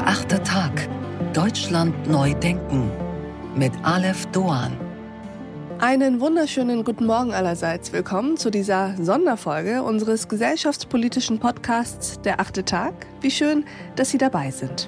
Der 8. Tag. Deutschland neu denken. Mit Aleph Doğan. Einen wunderschönen guten Morgen allerseits. Willkommen zu dieser Sonderfolge unseres gesellschaftspolitischen Podcasts Der 8. Tag. Wie schön, dass Sie dabei sind.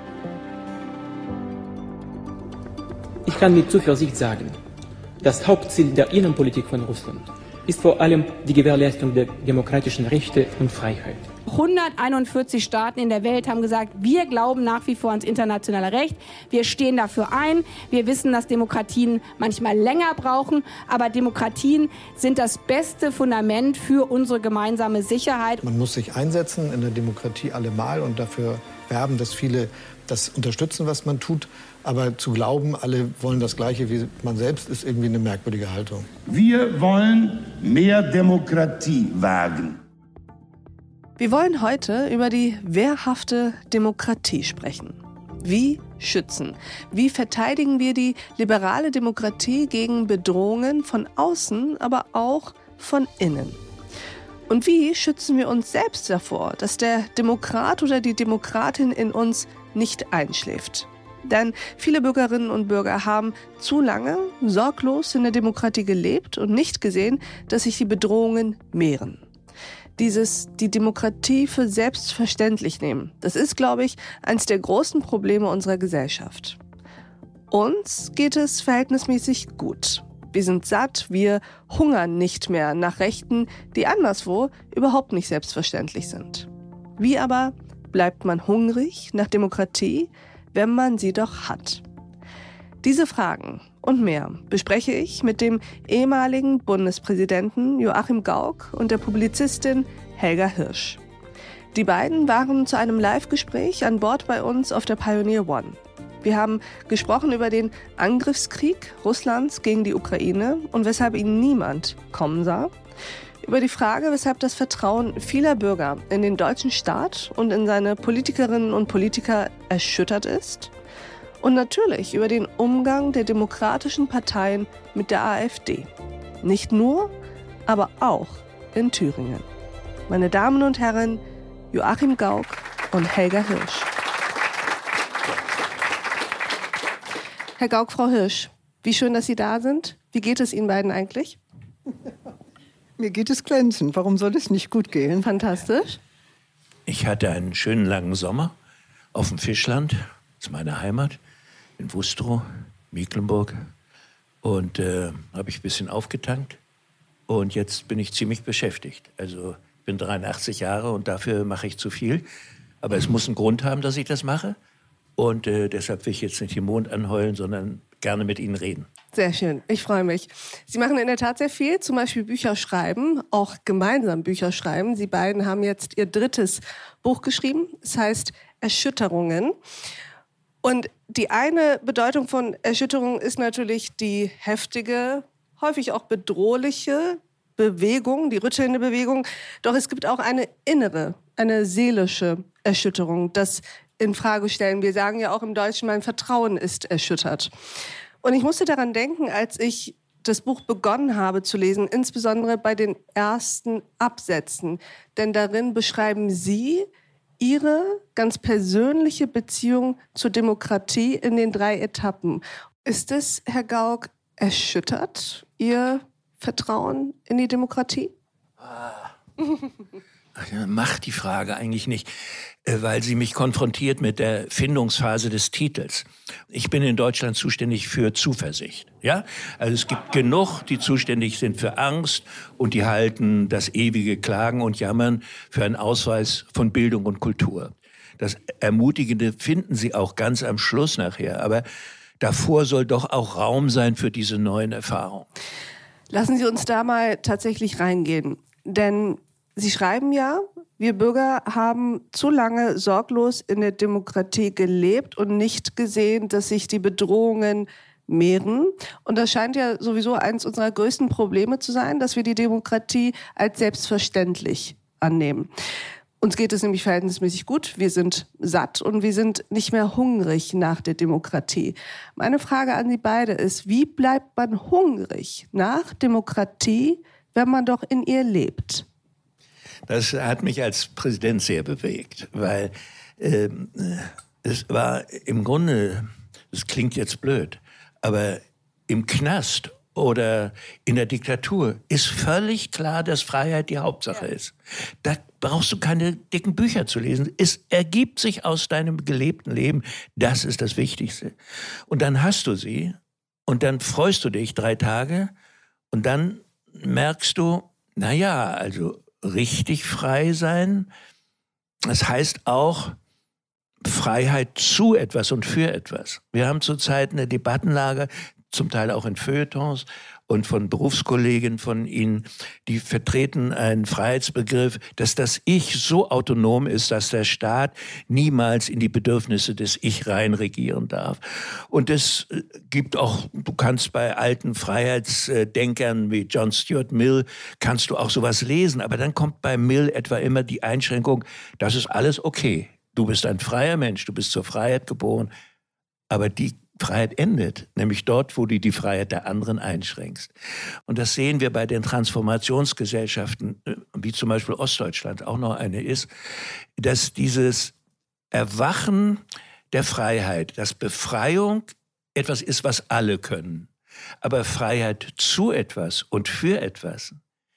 Ich kann mit Zuversicht sagen, das Hauptziel der Innenpolitik von Russland ist vor allem die Gewährleistung der demokratischen Rechte und Freiheit. 141 Staaten in der Welt haben gesagt, wir glauben nach wie vor ans internationale Recht. Wir stehen dafür ein. Wir wissen, dass Demokratien manchmal länger brauchen, aber Demokratien sind das beste Fundament für unsere gemeinsame Sicherheit. Man muss sich einsetzen in der Demokratie allemal und dafür werben, dass viele das unterstützen, was man tut. Aber zu glauben, alle wollen das Gleiche wie man selbst, ist irgendwie eine merkwürdige Haltung. Wir wollen mehr Demokratie wagen. Wir wollen heute über die wehrhafte Demokratie sprechen. Wie schützen? Wie verteidigen wir die liberale Demokratie gegen Bedrohungen von außen, aber auch von innen? Und wie schützen wir uns selbst davor, dass der Demokrat oder die Demokratin in uns nicht einschläft? Denn viele Bürgerinnen und Bürger haben zu lange sorglos in der Demokratie gelebt und nicht gesehen, dass sich die Bedrohungen mehren. Die Demokratie für selbstverständlich nehmen, das ist, glaube ich, eines der großen Probleme unserer Gesellschaft. Uns geht es verhältnismäßig gut. Wir sind satt, wir hungern nicht mehr nach Rechten, die anderswo überhaupt nicht selbstverständlich sind. Wie aber bleibt man hungrig nach Demokratie, wenn man sie doch hat? Diese Fragen und mehr bespreche ich mit dem ehemaligen Bundespräsidenten Joachim Gauck und der Publizistin Helga Hirsch. Die beiden waren zu einem Live-Gespräch an Bord bei uns auf der Pioneer One. Wir haben gesprochen über den Angriffskrieg Russlands gegen die Ukraine und weshalb ihn niemand kommen sah. Über die Frage, weshalb das Vertrauen vieler Bürger in den deutschen Staat und in seine Politikerinnen und Politiker erschüttert ist. Und natürlich über den Umgang der demokratischen Parteien mit der AfD. Nicht nur, aber auch in Thüringen. Meine Damen und Herren, Joachim Gauck und Helga Hirsch. Herr Gauck, Frau Hirsch, wie schön, dass Sie da sind. Wie geht es Ihnen beiden eigentlich? Mir geht es glänzend. Warum soll es nicht gut gehen? Fantastisch. Ich hatte einen schönen langen Sommer auf dem Fischland, das ist meine Heimat, in Wustrow, Mecklenburg. Und habe ich ein bisschen aufgetankt. Und jetzt bin ich ziemlich beschäftigt. Also ich bin 83 Jahre und dafür mache ich zu viel. Aber es muss einen Grund haben, dass ich das mache. Und deshalb will ich jetzt nicht den Mond anheulen, sondern gerne mit Ihnen reden. Sehr schön, ich freue mich. Sie machen in der Tat sehr viel, zum Beispiel Bücher schreiben, auch gemeinsam Bücher schreiben. Sie beiden haben jetzt Ihr 3. Buch geschrieben, es heißt Erschütterungen. Und die eine Bedeutung von Erschütterung ist natürlich die heftige, häufig auch bedrohliche Bewegung, die rüttelnde Bewegung. Doch es gibt auch eine innere, eine seelische Erschütterung, das in Frage stellen. Wir sagen ja auch im Deutschen, mein Vertrauen ist erschüttert. Und ich musste daran denken, als ich das Buch begonnen habe zu lesen, insbesondere bei den ersten Absätzen. Denn darin beschreiben Sie Ihre ganz persönliche Beziehung zur Demokratie in den 3 Etappen. Ist es, Herr Gauck, erschüttert, Ihr Vertrauen in die Demokratie? Macht die Frage eigentlich nicht, weil sie mich konfrontiert mit der Findungsphase des Titels. Ich bin in Deutschland zuständig für Zuversicht. Ja? Also es gibt genug, die zuständig sind für Angst und die halten das ewige Klagen und Jammern für einen Ausweis von Bildung und Kultur. Das Ermutigende finden sie auch ganz am Schluss nachher, aber davor soll doch auch Raum sein für diese neuen Erfahrungen. Lassen Sie uns da mal tatsächlich reingehen, denn Sie schreiben ja, wir Bürger haben zu lange sorglos in der Demokratie gelebt und nicht gesehen, dass sich die Bedrohungen mehren. Und das scheint ja sowieso eines unserer größten Probleme zu sein, dass wir die Demokratie als selbstverständlich annehmen. Uns geht es nämlich verhältnismäßig gut. Wir sind satt und wir sind nicht mehr hungrig nach der Demokratie. Meine Frage an Sie beide ist, wie bleibt man hungrig nach Demokratie, wenn man doch in ihr lebt? Das hat mich als Präsident sehr bewegt, weil es war im Grunde, das klingt jetzt blöd, aber im Knast oder in der Diktatur ist völlig klar, dass Freiheit die Hauptsache ist. Da brauchst du keine dicken Bücher zu lesen. Es ergibt sich aus deinem gelebten Leben. Das ist das Wichtigste. Und dann hast du sie und dann freust du dich 3 Tage und dann merkst du, naja, also richtig frei sein, das heißt auch Freiheit zu etwas und für etwas. Wir haben zurzeit eine Debattenlage, zum Teil auch in Feuilletons und von Berufskollegen von Ihnen, die vertreten einen Freiheitsbegriff, dass das Ich so autonom ist, dass der Staat niemals in die Bedürfnisse des Ich reinregieren darf. Und es gibt auch, du kannst bei alten Freiheitsdenkern wie John Stuart Mill, kannst du auch sowas lesen, aber dann kommt bei Mill etwa immer die Einschränkung, das ist alles okay. Du bist ein freier Mensch, du bist zur Freiheit geboren, aber die Freiheit endet, nämlich dort, wo du die Freiheit der anderen einschränkst. Und das sehen wir bei den Transformationsgesellschaften, wie zum Beispiel Ostdeutschland auch noch eine ist, dass dieses Erwachen der Freiheit, dass Befreiung etwas ist, was alle können, aber Freiheit zu etwas und für etwas,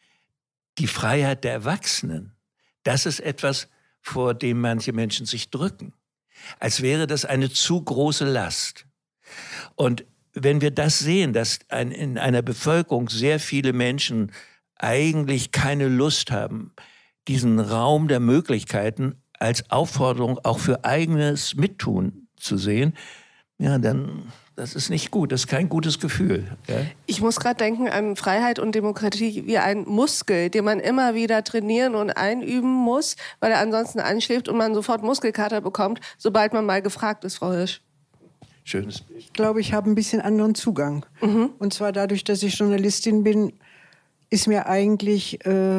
die Freiheit der Erwachsenen, das ist etwas, vor dem manche Menschen sich drücken, als wäre das eine zu große Last. Und wenn wir das sehen, dass in einer Bevölkerung sehr viele Menschen eigentlich keine Lust haben, diesen Raum der Möglichkeiten als Aufforderung auch für eigenes Mittun zu sehen, ja, dann das ist nicht gut, das ist kein gutes Gefühl. Ja? Ich muss gerade denken an Freiheit und Demokratie wie ein Muskel, den man immer wieder trainieren und einüben muss, weil er ansonsten anschläft und man sofort Muskelkater bekommt, sobald man mal gefragt ist, Frau Hirsch. Schönes Bild. Ich glaube, ich habe ein bisschen anderen Zugang. Und zwar dadurch, dass ich Journalistin bin, ist mir eigentlich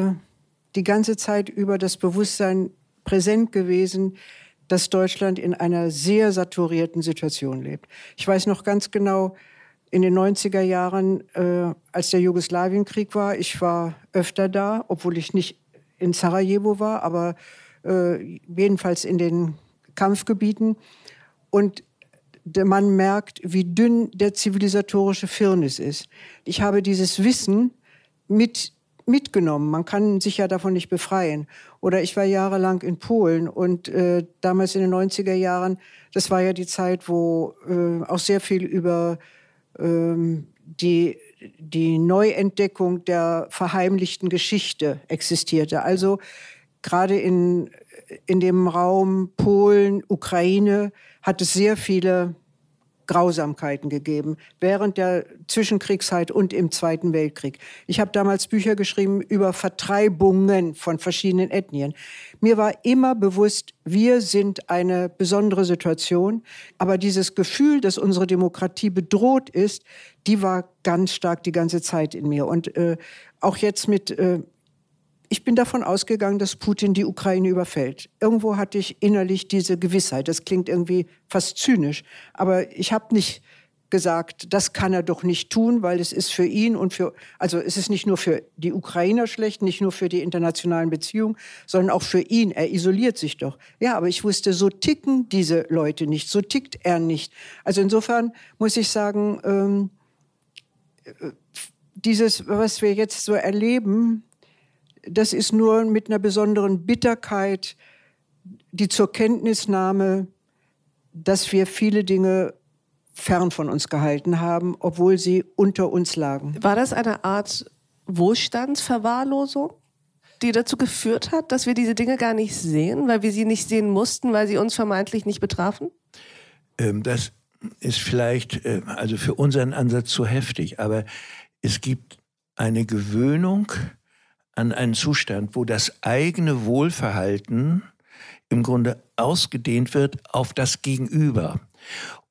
die ganze Zeit über das Bewusstsein präsent gewesen, dass Deutschland in einer sehr saturierten Situation lebt. Ich weiß noch ganz genau, in den 90er Jahren, als der Jugoslawienkrieg war, ich war öfter da, obwohl ich nicht in Sarajevo war, aber jedenfalls in den Kampfgebieten. Und man merkt, wie dünn der zivilisatorische Firnis ist. Ich habe dieses Wissen mitgenommen. Man kann sich ja davon nicht befreien. Oder ich war jahrelang in Polen und damals in den 90er Jahren, das war ja die Zeit, wo auch sehr viel über die Neuentdeckung der verheimlichten Geschichte existierte. Also gerade in dem Raum Polen, Ukraine hat es sehr viele Grausamkeiten gegeben, während der Zwischenkriegszeit und im Zweiten Weltkrieg. Ich habe damals Bücher geschrieben über Vertreibungen von verschiedenen Ethnien. Mir war immer bewusst, wir sind eine besondere Situation, aber dieses Gefühl, dass unsere Demokratie bedroht ist, die war ganz stark die ganze Zeit in mir. Und auch jetzt ich bin davon ausgegangen, dass Putin die Ukraine überfällt. Irgendwo hatte ich innerlich diese Gewissheit. Das klingt irgendwie fast zynisch. Aber ich habe nicht gesagt, das kann er doch nicht tun, weil es ist für ihn also es ist nicht nur für die Ukrainer schlecht, nicht nur für die internationalen Beziehungen, sondern auch für ihn. Er isoliert sich doch. Ja, aber ich wusste, so ticken diese Leute nicht, so tickt er nicht. Also insofern muss ich sagen, dieses, was wir jetzt so erleben, das ist nur mit einer besonderen Bitterkeit die zur Kenntnisnahme, dass wir viele Dinge fern von uns gehalten haben, obwohl sie unter uns lagen. War das eine Art Wohlstandsverwahrlosung, die dazu geführt hat, dass wir diese Dinge gar nicht sehen, weil wir sie nicht sehen mussten, weil sie uns vermeintlich nicht betrafen? Das ist vielleicht also für unseren Ansatz zu heftig, aber es gibt eine Gewöhnung an einen Zustand, wo das eigene Wohlverhalten im Grunde ausgedehnt wird auf das Gegenüber.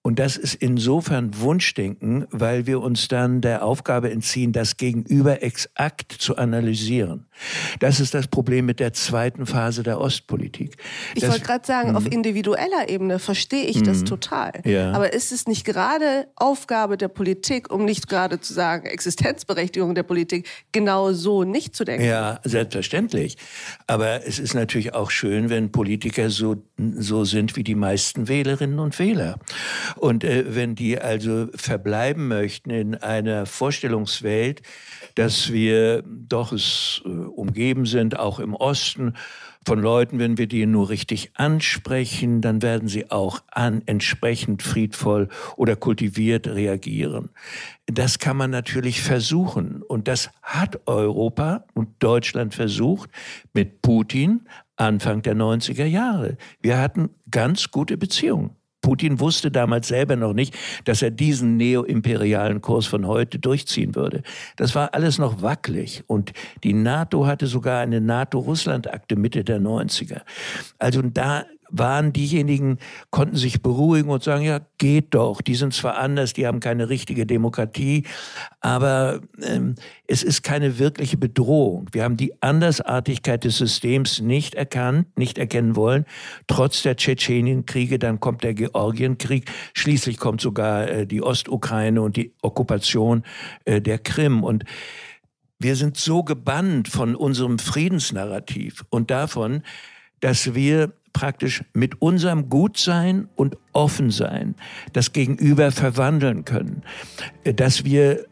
Und das ist insofern Wunschdenken, weil wir uns dann der Aufgabe entziehen, das Gegenüber exakt zu analysieren. Das ist das Problem mit der zweiten Phase der Ostpolitik. Ich wollte gerade sagen, auf individueller Ebene verstehe ich das total. Ja. Aber ist es nicht gerade Aufgabe der Politik, um nicht gerade zu sagen Existenzberechtigung der Politik, genau so nicht zu denken? Ja, selbstverständlich. Aber es ist natürlich auch schön, wenn Politiker so sind wie die meisten Wählerinnen und Wähler. Und wenn die also verbleiben möchten in einer Vorstellungswelt, dass wir doch umgeben sind, auch im Osten, von Leuten, wenn wir die nur richtig ansprechen, dann werden sie auch entsprechend friedvoll oder kultiviert reagieren. Das kann man natürlich versuchen. Und das hat Europa und Deutschland versucht mit Putin Anfang der 90er Jahre. Wir hatten ganz gute Beziehungen. Putin wusste damals selber noch nicht, dass er diesen neoimperialen Kurs von heute durchziehen würde. Das war alles noch wackelig. Und die NATO hatte sogar eine NATO-Russland-Akte Mitte der 90er. Also da waren diejenigen, konnten sich beruhigen und sagen, ja, geht doch, die sind zwar anders, die haben keine richtige Demokratie, aber es ist keine wirkliche Bedrohung. Wir haben die Andersartigkeit des Systems nicht erkannt, nicht erkennen wollen, trotz der Tschetschenienkriege, dann kommt der Georgienkrieg, schließlich kommt sogar die Ostukraine und die Okkupation der Krim. Und wir sind so gebannt von unserem Friedensnarrativ und davon, dass wir praktisch mit unserem Gutsein und Offensein das Gegenüber verwandeln können. Dass wir,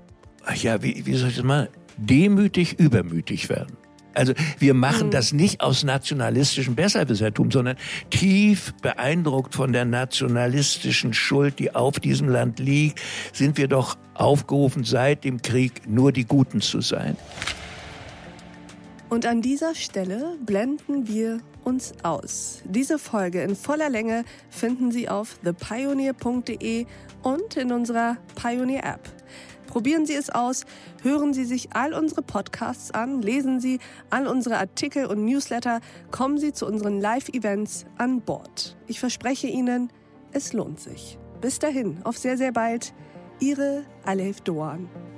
wie soll ich das mal, demütig übermütig werden. Also wir machen das nicht aus nationalistischem Besserwissertum, sondern tief beeindruckt von der nationalistischen Schuld, die auf diesem Land liegt, sind wir doch aufgerufen, seit dem Krieg nur die Guten zu sein. Und an dieser Stelle blenden wir uns aus. Diese Folge in voller Länge finden Sie auf thepioneer.de und in unserer Pioneer-App. Probieren Sie es aus, hören Sie sich all unsere Podcasts an, lesen Sie all unsere Artikel und Newsletter, kommen Sie zu unseren Live-Events an Bord. Ich verspreche Ihnen, es lohnt sich. Bis dahin, auf sehr, sehr bald. Ihre Alef Doğan.